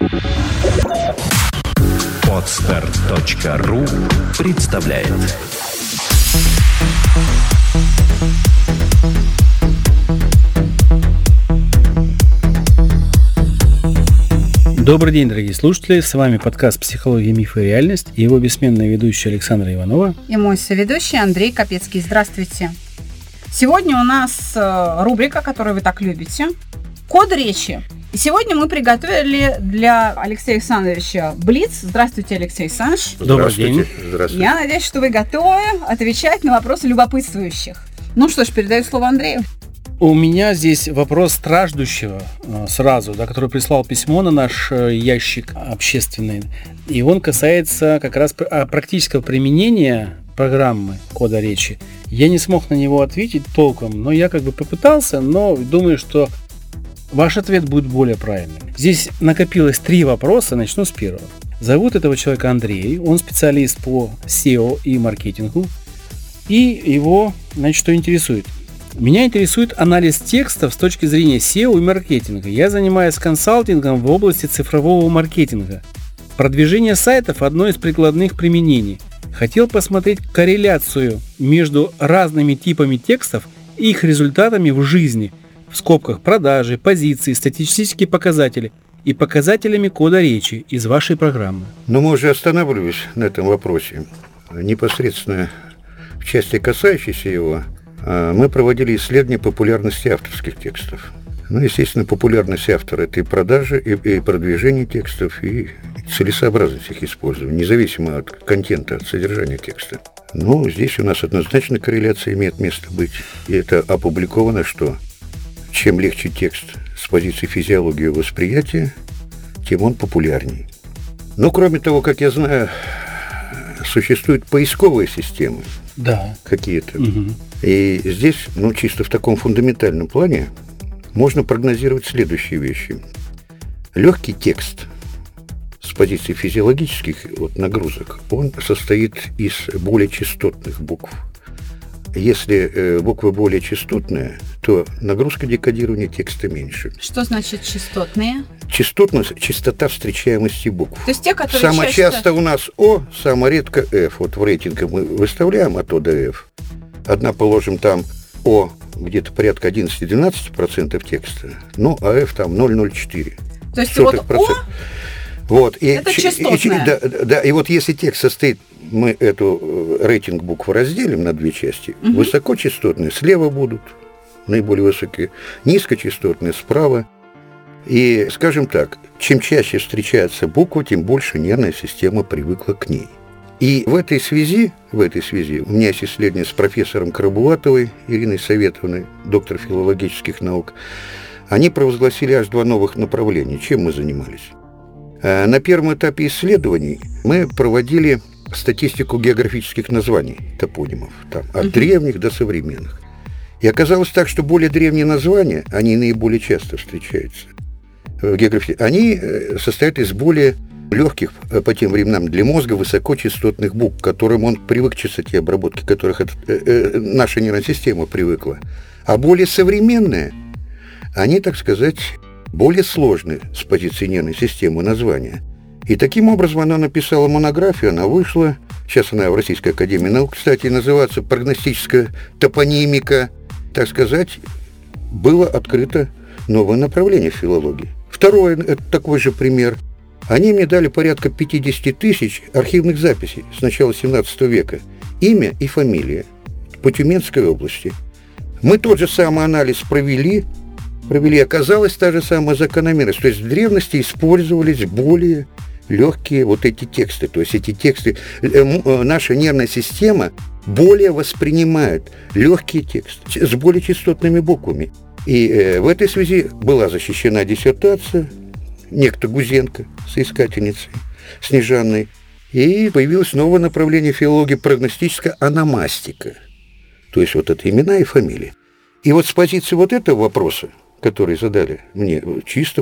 Podster.ru представляет. Добрый день, дорогие слушатели, с вами подкаст «Психология, мифы и реальность» и его бессменная ведущая Александра Иванова. И мой соведущий Андрей Капецкий. Здравствуйте. Сегодня у нас рубрика, которую вы так любите, «Код речи». И сегодня мы приготовили для Алексея Александровича блиц. Здравствуйте, Алексей Александрович. Добрый день. Здравствуйте. Я надеюсь, что вы готовы отвечать на вопросы любопытствующих. Ну что ж, передаю слово Андрею. У меня здесь вопрос страждущего сразу, который прислал письмо на наш ящик общественный. И он касается как раз практического применения программы кода речи. Я не смог на него ответить толком, но я попытался, но думаю, что ваш ответ будет более правильным. Здесь накопилось 3 вопроса, начну с первого. Зовут этого человека Андрей, он специалист по SEO и маркетингу. И его, что интересует? Меня интересует анализ текстов с точки зрения SEO и маркетинга. Я занимаюсь консалтингом в области цифрового маркетинга. Продвижение сайтов – одно из прикладных применений. Хотел посмотреть корреляцию между разными типами текстов и их результатами в жизни, в скобках продажи, позиции, статистические показатели и показателями кода речи из вашей программы. Но мы уже останавливались на этом вопросе. Непосредственно в части, касающейся его, мы проводили исследование популярности авторских текстов. Естественно, популярность автора – это и продажи, и продвижение текстов, и целесообразность их использования, независимо от контента, от содержания текста. Здесь у нас однозначно корреляция имеет место быть. И это опубликовано, что чем легче текст с позиции физиологии восприятия, тем он популярней. Кроме того, как я знаю, существуют поисковые системы. Да. Какие-то. Угу. И здесь, чисто в таком фундаментальном плане, можно прогнозировать следующие вещи. Легкий текст с позиции физиологических нагрузок, он состоит из более частотных букв. Если буквы более частотные, то нагрузка декодирования текста меньше. Что значит частотные? Частотность, частота встречаемости букв. То есть те, которые самое часто у нас О, самое редко F. В рейтинге мы выставляем от О до F. Одна, положим, там О где-то порядка 11-12% текста, а F там 0,04%. То есть О это частотное. Да, и если текст состоит, мы эту рейтинг букв разделим на 2 части. Угу. Высокочастотные слева будут, наиболее высокие, низкочастотные справа. И, скажем так, чем чаще встречается буква, тем больше нервная система привыкла к ней. И в этой связи у меня есть исследование с профессором Карабулатовой Ириной Советовной, доктор филологических наук. Они провозгласили аж 2 новых направления. Чем мы занимались? На первом этапе исследований мы проводили статистику географических названий топонимов, от древних до современных. И оказалось так, что более древние названия, они наиболее часто встречаются в географии, они состоят из более легких по тем временам для мозга высокочастотных букв, к которым он привык частоте обработки, к которых наша нервная система привыкла. А более современные, они, так сказать, более сложные с позиции нервной системы названия. И таким образом она написала монографию, она вышла, сейчас она в Российской академии наук, кстати, называется «Прогностическая топонимика». Так сказать, было открыто новое направление в филологии. Второе, это такой же пример. Они мне дали порядка 50 тысяч архивных записей с начала 17 века. Имя и фамилия по Тюменской области. Мы тот же самый анализ провели, оказалась та же самая закономерность. То есть в древности использовались более легкие эти тексты. То есть эти тексты, наша нервная система более воспринимает легкие тексты с более частотными буквами. И в этой связи была защищена диссертация некто Гузенко, соискательницей Снежанной. И появилось новое направление филологии – прогностическая ономастика. То есть это имена и фамилии. И с позиции этого вопроса, который задали мне, чисто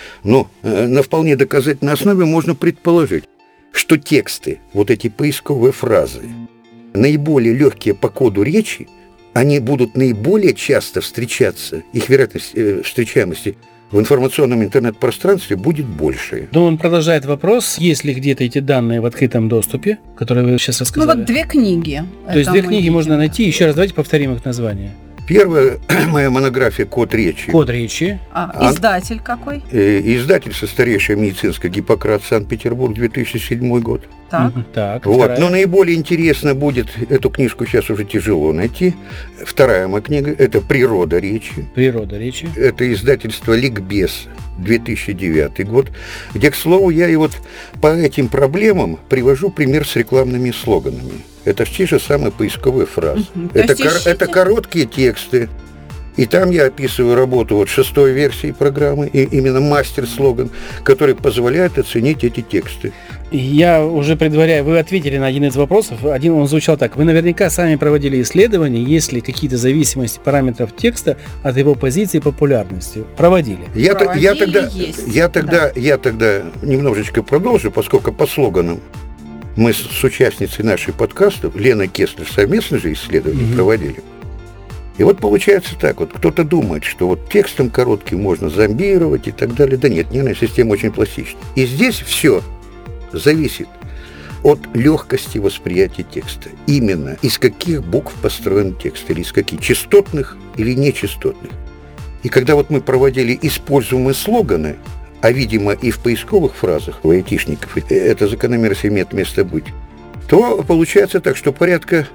на вполне доказательной основе можно предположить, что тексты, эти поисковые фразы, наиболее легкие по коду речи, они будут наиболее часто встречаться, их вероятность встречаемости в информационном интернет-пространстве будет больше. Но он продолжает вопрос, есть ли где-то эти данные в открытом доступе, которые вы сейчас рассказали. Ну вот 2 книги. То есть 2 книги можно найти. Еще раз давайте повторим их название. Первая моя монография «Код речи». «Код речи». Издатель какой? Издательство «Старейшая медицинская», Гиппократ, Санкт-Петербург, 2007 год. Так. Вот. Но наиболее интересно будет, эту книжку сейчас уже тяжело найти. Вторая моя книга – это «Природа речи». «Природа речи». Это издательство «Ликбез», 2009 год, где, к слову, я и вот по этим проблемам привожу пример с рекламными слоганами. Это те же самые поисковые фразы. Это короткие тексты. И там я описываю работу 6-й версии программы, и именно мастер-слоган, который позволяет оценить эти тексты. Я уже предваряю, вы ответили на один из вопросов. Один он звучал так. Вы наверняка сами проводили исследования, есть ли какие-то зависимости параметров текста от его позиции и популярности? Проводили. Я тогда немножечко продолжу, поскольку по слоганам мы с участницей нашей подкастов, Леной Кеслер, совместно же исследования проводили. И вот получается так, вот кто-то думает, что вот текстом коротким можно зомбировать и так далее. Да нет, нервная система очень пластична. И здесь все зависит от легкости восприятия текста. Именно из каких букв построен текст, или из каких, частотных или нечастотных. И когда вот мы проводили используемые слоганы, а, видимо, и в поисковых фразах у айтишников эта закономерность имеет место быть, то получается так, что порядка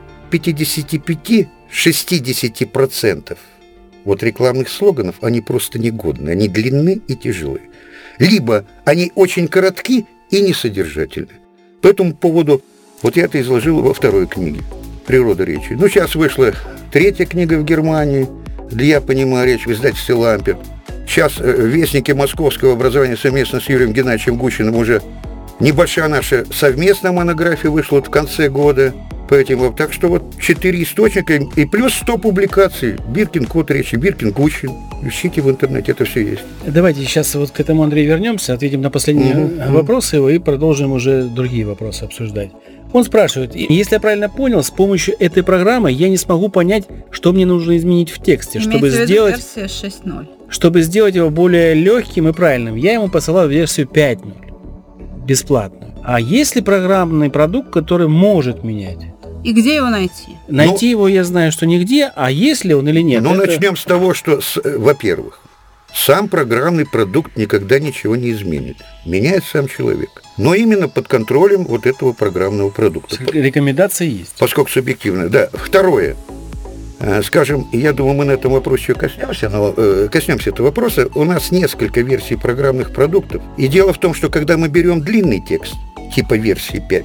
55-60% вот рекламных слоганов, они просто негодны, они длинны и тяжелые. Либо они очень коротки и несодержательны. По этому поводу вот я это изложил во второй книге «Природа речи». Ну, сейчас вышла 3-я книга в Германии, «Я понимаю речь», в издательстве «Ламперт». Сейчас в «Вестнике московского образования» совместно с Юрием Геннадьевичем Гущиным уже небольшая наша совместная монография вышла вот в конце года по этим. Так что вот 4 источника и плюс 100 публикаций. Биркин, «Код речи», Биркин, Гущин. Ищите в интернете, это все есть. Давайте сейчас вот к этому, Андрей, вернемся, ответим на последние вопросы его и продолжим уже другие вопросы обсуждать. Он спрашивает, если я правильно понял, с помощью этой программы я не смогу понять, что мне нужно изменить в тексте, чтобы сделать версия 6.0. Чтобы сделать его более легким и правильным. Я ему посылал версию 5.0, бесплатную. А есть ли программный продукт, который может менять? И где его найти? Найти его я знаю, что нигде, а есть ли он или нет? Начнем с того, что, во-первых, сам программный продукт никогда ничего не изменит. Меняет сам человек. Но именно под контролем вот этого программного продукта. Рекомендации есть. Поскольку субъективно. Да. Второе. Скажем, я думаю, мы на этом вопросе коснемся этого вопроса. У нас несколько версий программных продуктов. И дело в том, что когда мы берем длинный текст, типа версии 5,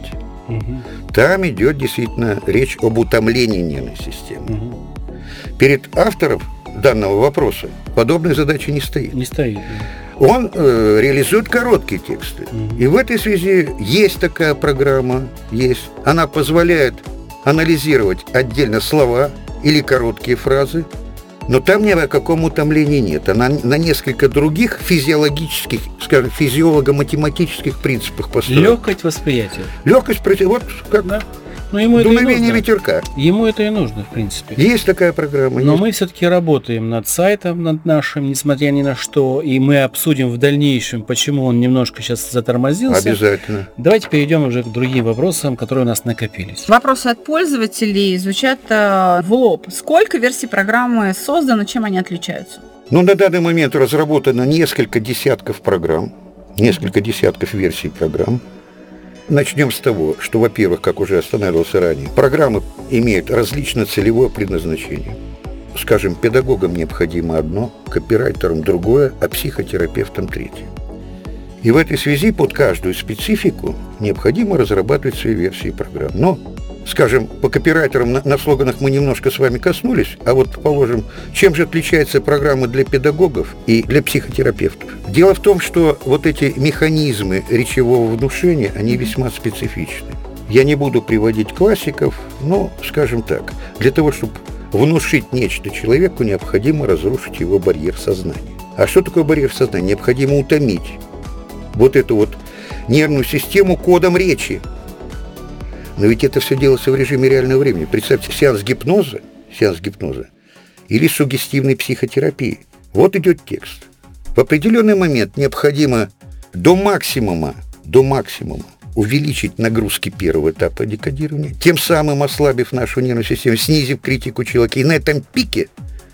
там идет действительно речь об утомлении нервной системы. Перед автором данного вопроса подобной задачи не стоит. Не стоит. Он реализует короткие тексты. И в этой связи есть такая программа, есть. Она позволяет анализировать отдельно слова или короткие фразы, но там ни о каком утомлении нет. Она на несколько других физиологических, скажем, физиолого-математических принципах построена. Легкость восприятия. Легкость, вот как... Да. Но ему дуновение ветерка. Ему это и нужно, в принципе. Есть такая программа. Но мы все-таки работаем над сайтом, над нашим, несмотря ни на что, и мы обсудим в дальнейшем, почему он немножко сейчас затормозился. Обязательно. Давайте перейдем уже к другим вопросам, которые у нас накопились. Вопросы от пользователей звучат в лоб. Сколько версий программы создано, чем они отличаются? На данный момент разработано несколько десятков программ, несколько десятков версий программ. Начнем с того, что, во-первых, как уже останавливался ранее, программы имеют различное целевое предназначение. Скажем, педагогам необходимо одно, копирайтерам другое, а психотерапевтам третье. И в этой связи под каждую специфику необходимо разрабатывать свои версии программ. Но, скажем, по копирайтерам на слоганах мы немножко с вами коснулись, а вот, положим, чем же отличается программа для педагогов и для психотерапевтов? Дело в том, что вот эти механизмы речевого внушения, они весьма специфичны. Я не буду приводить классиков, но, скажем так, для того, чтобы внушить нечто человеку, необходимо разрушить его барьер сознания. А что такое барьер сознания? Необходимо утомить вот эту вот нервную систему кодом речи. Но ведь это все делается в режиме реального времени. Представьте, сеанс гипноза или суггестивной психотерапии. Вот идет текст. В определенный момент необходимо до максимума увеличить нагрузки первого этапа декодирования, тем самым ослабив нашу нервную систему, снизив критику человека. И на этом пике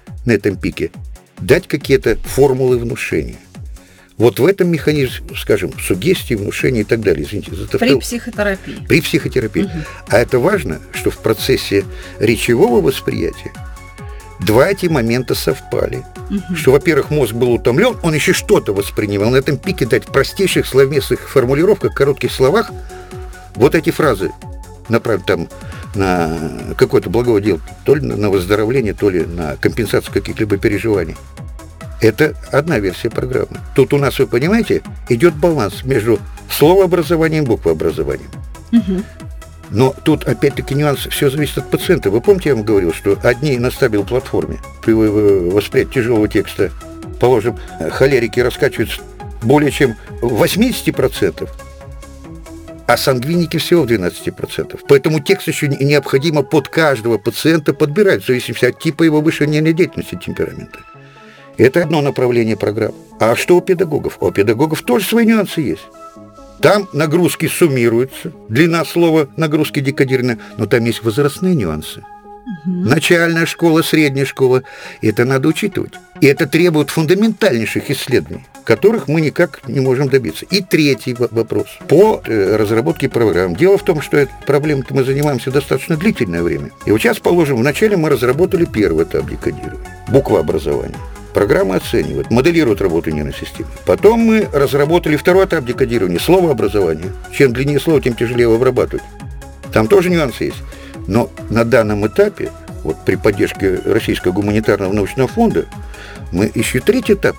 дать какие-то формулы внушения. Вот в этом механизм, скажем, суггестии, внушения и так далее. Извините, при психотерапии. При психотерапии. А это важно, что в процессе речевого восприятия два эти момента совпали. Что, во-первых, мозг был утомлен, он еще что-то воспринимал. На этом пике дать в простейших словесных формулировках, коротких словах вот эти фразы, направить там на какое-то благое дело, то ли на выздоровление, то ли на компенсацию каких-либо переживаний. Это одна версия программы. Тут у нас, вы понимаете, идет баланс между словообразованием и буквообразованием. Но тут, опять-таки, нюанс, все зависит от пациента. Вы помните, я вам говорил, что одни на стабил-платформе при восприятии тяжелого текста, положим, холерики раскачиваются более чем в 80%, а сангвиники всего в 12%. Поэтому текст еще необходимо под каждого пациента подбирать, в зависимости от типа его высшей нервной деятельности, темперамента. Это одно направление программы. А что у педагогов? У педагогов тоже свои нюансы есть. Там нагрузки суммируются, длина слова нагрузки декодированы, но там есть возрастные нюансы. Начальная школа, средняя школа. Это надо учитывать. И это требует фундаментальнейших исследований, которых мы никак не можем добиться. И третий вопрос. По разработке программ. Дело в том, что этой проблемой мы занимаемся достаточно длительное время. И вот сейчас, положим, вначале мы разработали первый этап декодирования. Буквообразование. Программа оценивает, моделирует работу нервной системы. Потом мы разработали второй этап декодирования, словообразование. Чем длиннее слово, тем тяжелее его обрабатывать. Там тоже нюансы есть. Но на данном этапе, вот при поддержке Российского гуманитарного научного фонда, мы еще третий этап,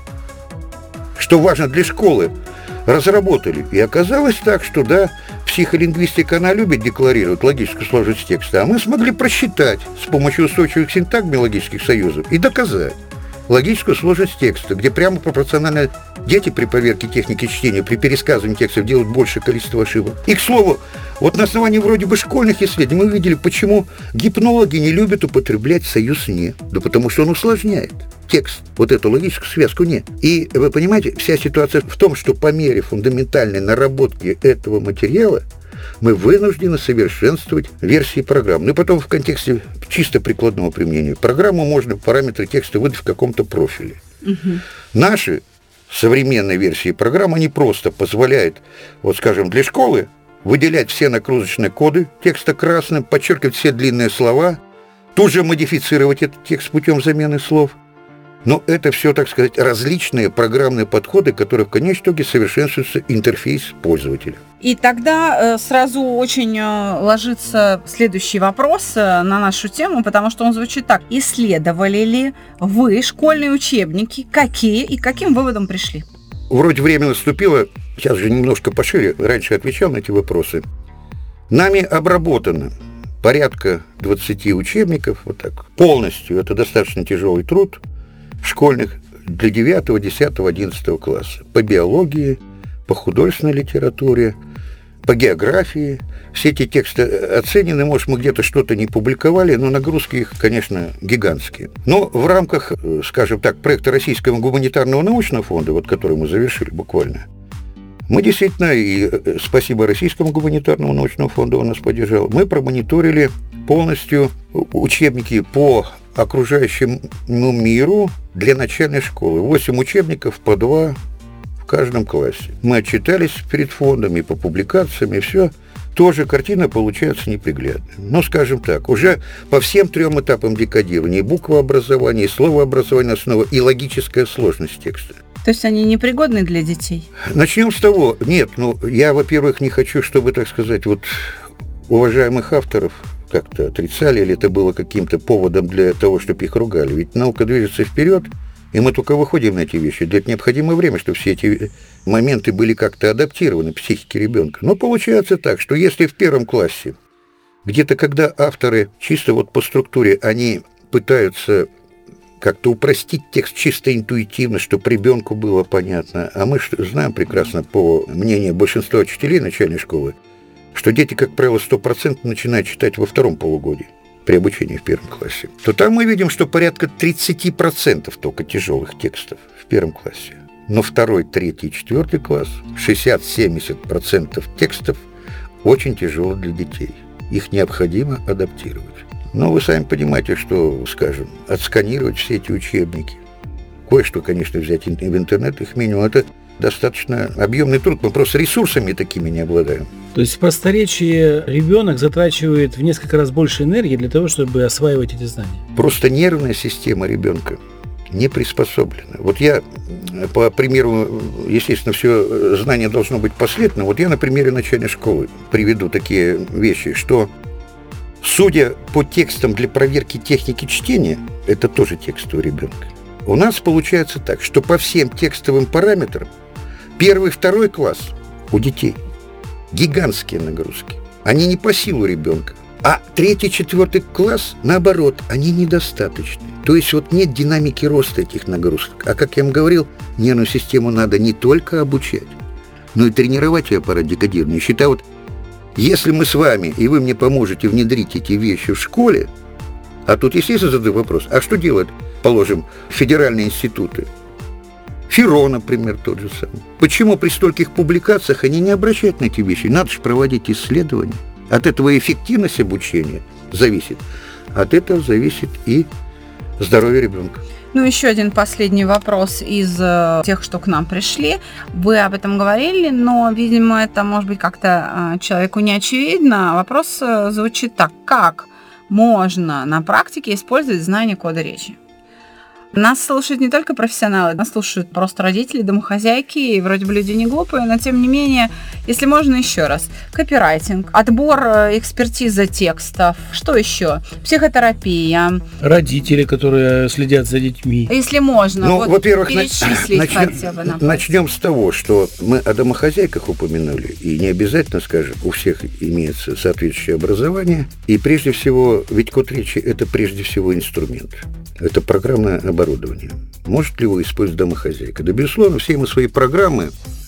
что важно для школы, разработали. И оказалось так, что да, психолингвистика, она любит декларировать логическую сложность текста, а мы смогли просчитать с помощью устойчивых синтагм логических союзов и доказать логическую сложность текста, где прямо пропорционально дети при проверке техники чтения, при пересказывании текстов делают большее количество ошибок. И, к слову, вот на основании вроде бы школьных исследований мы увидели, почему гипнологи не любят употреблять союз «не». Да потому что он усложняет текст, вот эту логическую связку «не». И вы понимаете, вся ситуация в том, что по мере фундаментальной наработки этого материала мы вынуждены совершенствовать версии программ. Ну и потом в контексте чисто прикладного применения. Программу можно параметры текста выдать в каком-то профиле. Наши современные версии программ, они просто позволяют, вот скажем, для школы выделять все нагрузочные коды текста красным, подчеркивать все длинные слова, тут же модифицировать этот текст путем замены слов. Но это все, так сказать, различные программные подходы, которые в конечном итоге совершенствуется интерфейс пользователя. И тогда сразу очень ложится следующий вопрос на нашу тему, потому что он звучит так. Исследовали ли вы школьные учебники? Какие и к каким выводам пришли? Вроде время наступило, сейчас же немножко пошире, раньше отвечал на эти вопросы. Нами обработано порядка 20 учебников, вот так, полностью, это достаточно тяжелый труд, школьных для 9, 10, 11 класса. По биологии, по художественной литературе, по географии. Все эти тексты оценены, может, мы где-то что-то не публиковали, но нагрузки их, конечно, гигантские. Но в рамках, скажем так, проекта Российского гуманитарного научного фонда, вот который мы завершили буквально, мы действительно, и спасибо Российскому гуманитарному научному фонду, он нас поддержал, мы промониторили полностью учебники по окружающему миру для начальной школы. 8 учебников, по 2 в каждом классе. Мы отчитались перед фондами, по публикациям, и все. Тоже картина получается неприглядная. Но, скажем так, уже по всем 3 этапам декодирования, и буквообразования, и словообразования основа, и логическая сложность текста. То есть они непригодны для детей? Начнем с того. Нет, я, во-первых, не хочу, чтобы, так сказать, вот уважаемых авторов как-то отрицали, или это было каким-то поводом для того, чтобы их ругали. Ведь наука движется вперед, и мы только выходим на эти вещи. Для этого необходимо время, чтобы все эти моменты были как-то адаптированы к психике ребенка. Но получается так, что если в 1 классе, где-то когда авторы чисто вот по структуре, они пытаются как-то упростить текст чисто интуитивно, чтобы ребенку было понятно, а мы знаем прекрасно, по мнению большинства учителей начальной школы, что дети, как правило, 100% начинают читать во 2 полугодии при обучении в 1 классе, то там мы видим, что порядка 30% только тяжелых текстов в 1 классе. Но 2, 3, 4 класс, 60-70% текстов очень тяжело для детей. Их необходимо адаптировать. Но вы сами понимаете, что, скажем, отсканировать все эти учебники. Кое-что, конечно, взять в интернет, их минимум, это достаточно объемный труд. Мы просто ресурсами такими не обладаем. То есть в просторечии ребенок затрачивает в несколько раз больше энергии для того, чтобы осваивать эти знания. Просто нервная система ребенка не приспособлена. Вот я, по примеру, естественно, все знание должно быть последовательно. Вот я на примере начальной школы приведу такие вещи, что, судя по текстам для проверки техники чтения, это тоже текст у ребенка, у нас получается так, что по всем текстовым параметрам 1, 2 класс у детей гигантские нагрузки. Они не по силу ребенка. А 3, 4 класс, наоборот, они недостаточны. То есть вот нет динамики роста этих нагрузок. А как я вам говорил, нервную систему надо не только обучать, но и тренировать ее аппарат декодирования. Считаю, вот если мы с вами, и вы мне поможете внедрить эти вещи в школе, а тут, естественно, задаю вопрос, а что делать, положим, федеральные институты? ФИРО, например, тот же самый. Почему при стольких публикациях они не обращают на эти вещи? Надо же проводить исследования. От этого эффективность обучения зависит. От этого зависит и здоровье ребенка. Ну, еще один последний вопрос из тех, что к нам пришли. Вы об этом говорили, но, видимо, это, может быть, как-то человеку не очевидно. Вопрос звучит так. Как можно на практике использовать знания кода речи? Нас слушают не только профессионалы, нас слушают просто родители, домохозяйки, и вроде бы люди не глупые, но тем не менее, если можно еще раз. Копирайтинг, отбор, экспертиза текстов, что еще? Психотерапия. Родители, которые следят за детьми. Если можно, ну, вот во-первых, перечислить хотя бы. Начнем с того, что мы о домохозяйках упомянули, и не обязательно, скажем, у всех имеется соответствующее образование, и прежде всего, ведь код речи – это прежде всего инструмент. Это программное оборудование. Может ли его использовать домохозяйка? Да, безусловно, все мы свои программы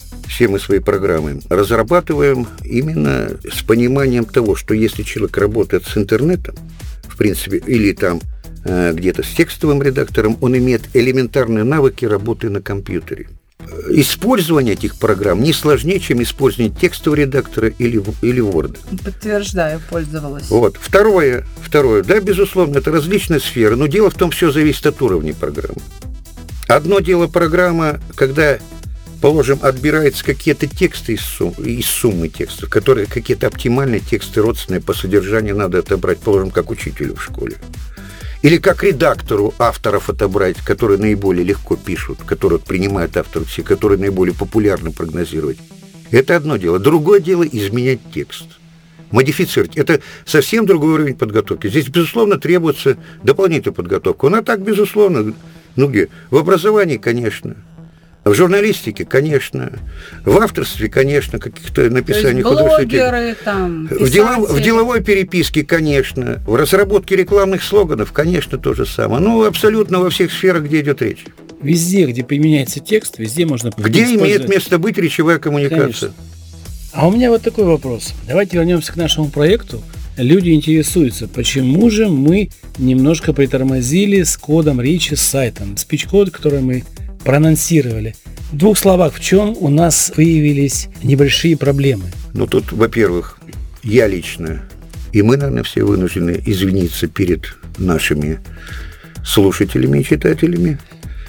разрабатываем именно с пониманием того, что если человек работает с интернетом, в принципе, или там где-то с текстовым редактором, он имеет элементарные навыки работы на компьютере. Использование этих программ не сложнее, чем использование текстового редактора или Word. Подтверждаю, пользовалась. Вот. Второе, да, безусловно, это различные сферы, но дело в том, все зависит от уровня программы. Одно дело программа, когда, положим, отбираются какие-то тексты из суммы текстов, которые какие-то оптимальные тексты родственные по содержанию надо отобрать, положим, как учителю в школе. Или как редактору авторов отобрать, которые наиболее легко пишут, которые принимают авторов, все, которые наиболее популярны прогнозировать. Это одно дело. Другое дело – изменять текст. Модифицировать. Это совсем другой уровень подготовки. Здесь, безусловно, требуется дополнительная подготовка. Но так, безусловно, где? В образовании, конечно. В журналистике, конечно. В авторстве, конечно, каких-то написаний художественных. Блогеры, там, в деловой переписке, конечно. В разработке рекламных слоганов, конечно, то же самое. Ну, абсолютно во всех сферах, где идет речь. Везде, где применяется текст, везде можно где имеет место быть речевая коммуникация. Конечно. А у меня вот такой вопрос. Давайте вернемся к нашему проекту. Люди интересуются, почему же мы немножко притормозили с кодом речи, с сайтом. Спич-код, который мы проанонсировали. В 2 словах, в чем у нас появились небольшие проблемы? Ну, тут, во-первых, я лично, и мы, наверное, все вынуждены извиниться перед нашими слушателями и читателями.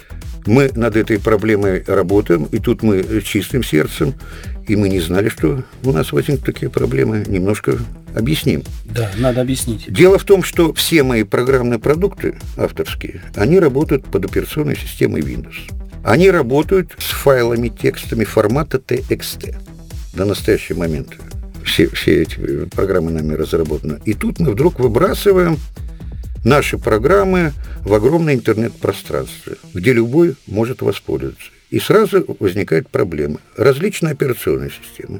Мы над этой проблемой работаем, и тут мы чистым сердцем, и мы не знали, что у нас возникнут такие проблемы. Немножко объясним. Да, надо объяснить. Дело в том, что все мои программные продукты авторские, они работают под операционной системой Windows. Они работают с файлами, текстами формата TXT. До настоящего момента все эти программы нами разработаны. И тут мы вдруг выбрасываем наши программы в огромное интернет-пространство, где любой может воспользоваться. И сразу возникает проблема. Различные операционные системы.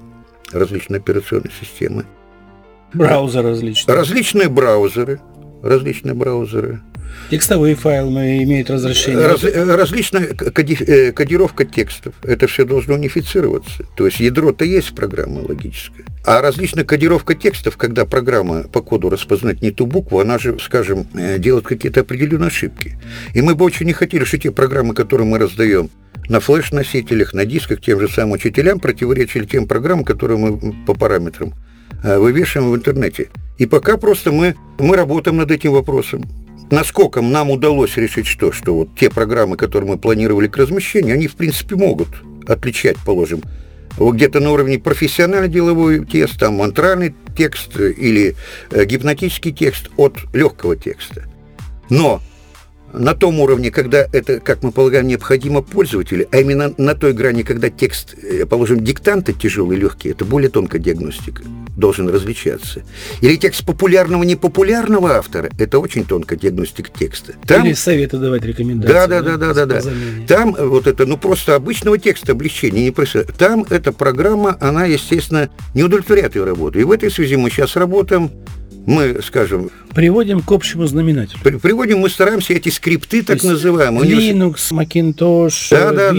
Браузеры различные. Различные браузеры. Текстовые файлы имеют разрешение. Различная кодировка текстов. Это все должно унифицироваться. То есть ядро-то есть программа логическая. А различная кодировка текстов, когда программа по коду распознает не ту букву, она же, скажем, делает какие-то определенные ошибки. И мы бы очень не хотели, что те программы, которые мы раздаем на флеш-носителях, на дисках тем же самым учителям противоречили тем программам, которые мы по параметрам вывешиваем в интернете. И пока просто мы работаем над этим вопросом. Насколько нам удалось решить, что вот те программы, которые мы планировали к размещению, они, в принципе, могут отличать, положим, вот где-то на уровне профессионально-деловой текст, там, мантральный текст или гипнотический текст от легкого текста. Но на том уровне, когда это, как мы полагаем, необходимо пользователю, а именно на той грани, когда текст, положим, диктанта тяжелый и легкий, это более тонкая диагностика, должен различаться. Или текст популярного, непопулярного автора, это очень тонкая диагностика текста. Там, или советы давать, рекомендации. Да. Там вот это, просто обычного текста облегчения не происходит. Там эта программа, она, естественно, не удовлетворяет ее работу. И в этой связи мы сейчас работаем. Мы, скажем... Приводим к общему знаменателю. Мы стараемся эти скрипты, так называемые. Linux, Macintosh,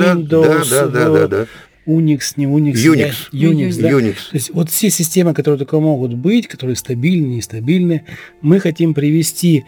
Windows, Unix, не Unix. Unix. То есть вот все системы, которые только могут быть, которые стабильны, нестабильны, мы хотим привести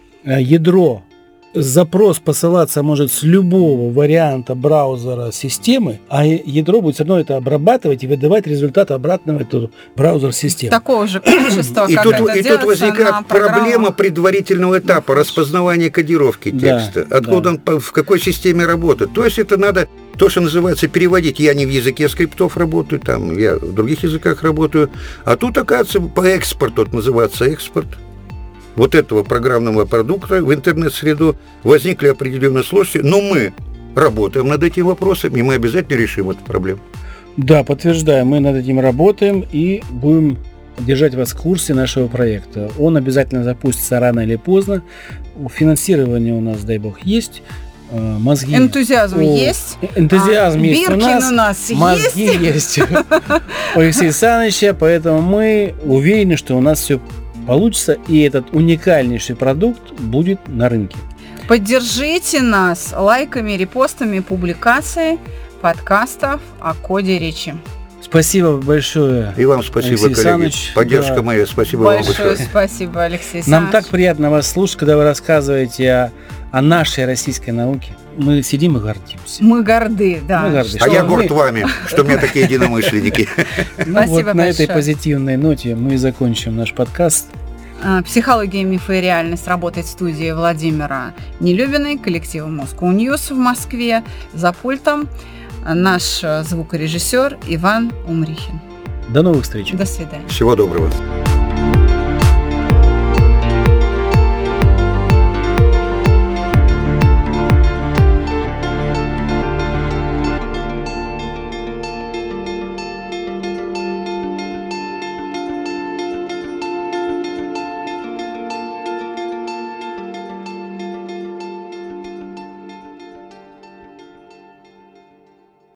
ядро. Запрос посылаться может с любого варианта браузера системы, а ядро будет все равно это обрабатывать и выдавать результат обратно в эту браузер-систему. Такого же качества, и тут возникает проблема предварительного этапа распознавания кодировки текста. Откуда он, в какой системе работает. То есть это надо, то, что называется, переводить. Я не в языке скриптов работаю, там я в других языках работаю. А тут, оказывается, по экспорту, это называется экспорт вот этого программного продукта в интернет-среду, возникли определенные сложности, но мы работаем над этим вопросом, и мы обязательно решим эту проблему. Да, подтверждаю, мы над этим работаем и будем держать вас в курсе нашего проекта. Он обязательно запустится рано или поздно. Финансирование у нас, дай бог, есть. Мозги. Энтузиазм есть. Энтузиазм есть у нас. Мозги есть у Алексея Александровича, поэтому мы уверены, что у нас все получится, и этот уникальнейший продукт будет на рынке. Поддержите нас лайками, репостами, публикацией подкастов о коде речи. Спасибо большое. И вам спасибо, Алексей коллеги. Поддержка моя. Спасибо вам большое. Большое спасибо, Алексей Александрович. Нам так приятно вас слушать, когда вы рассказываете о нашей российской науке. Мы сидим и гордимся. Мы горды, да. А я горд вами, что у меня такие единомышленники. Вот на этой позитивной ноте мы закончим наш подкаст. «Психология, мифы и реальность» работает в студии Владимира Нелюбиной, коллектива Moscow News в Москве. За пультом наш звукорежиссер Иван Умрихин. До новых встреч. До свидания. Всего доброго.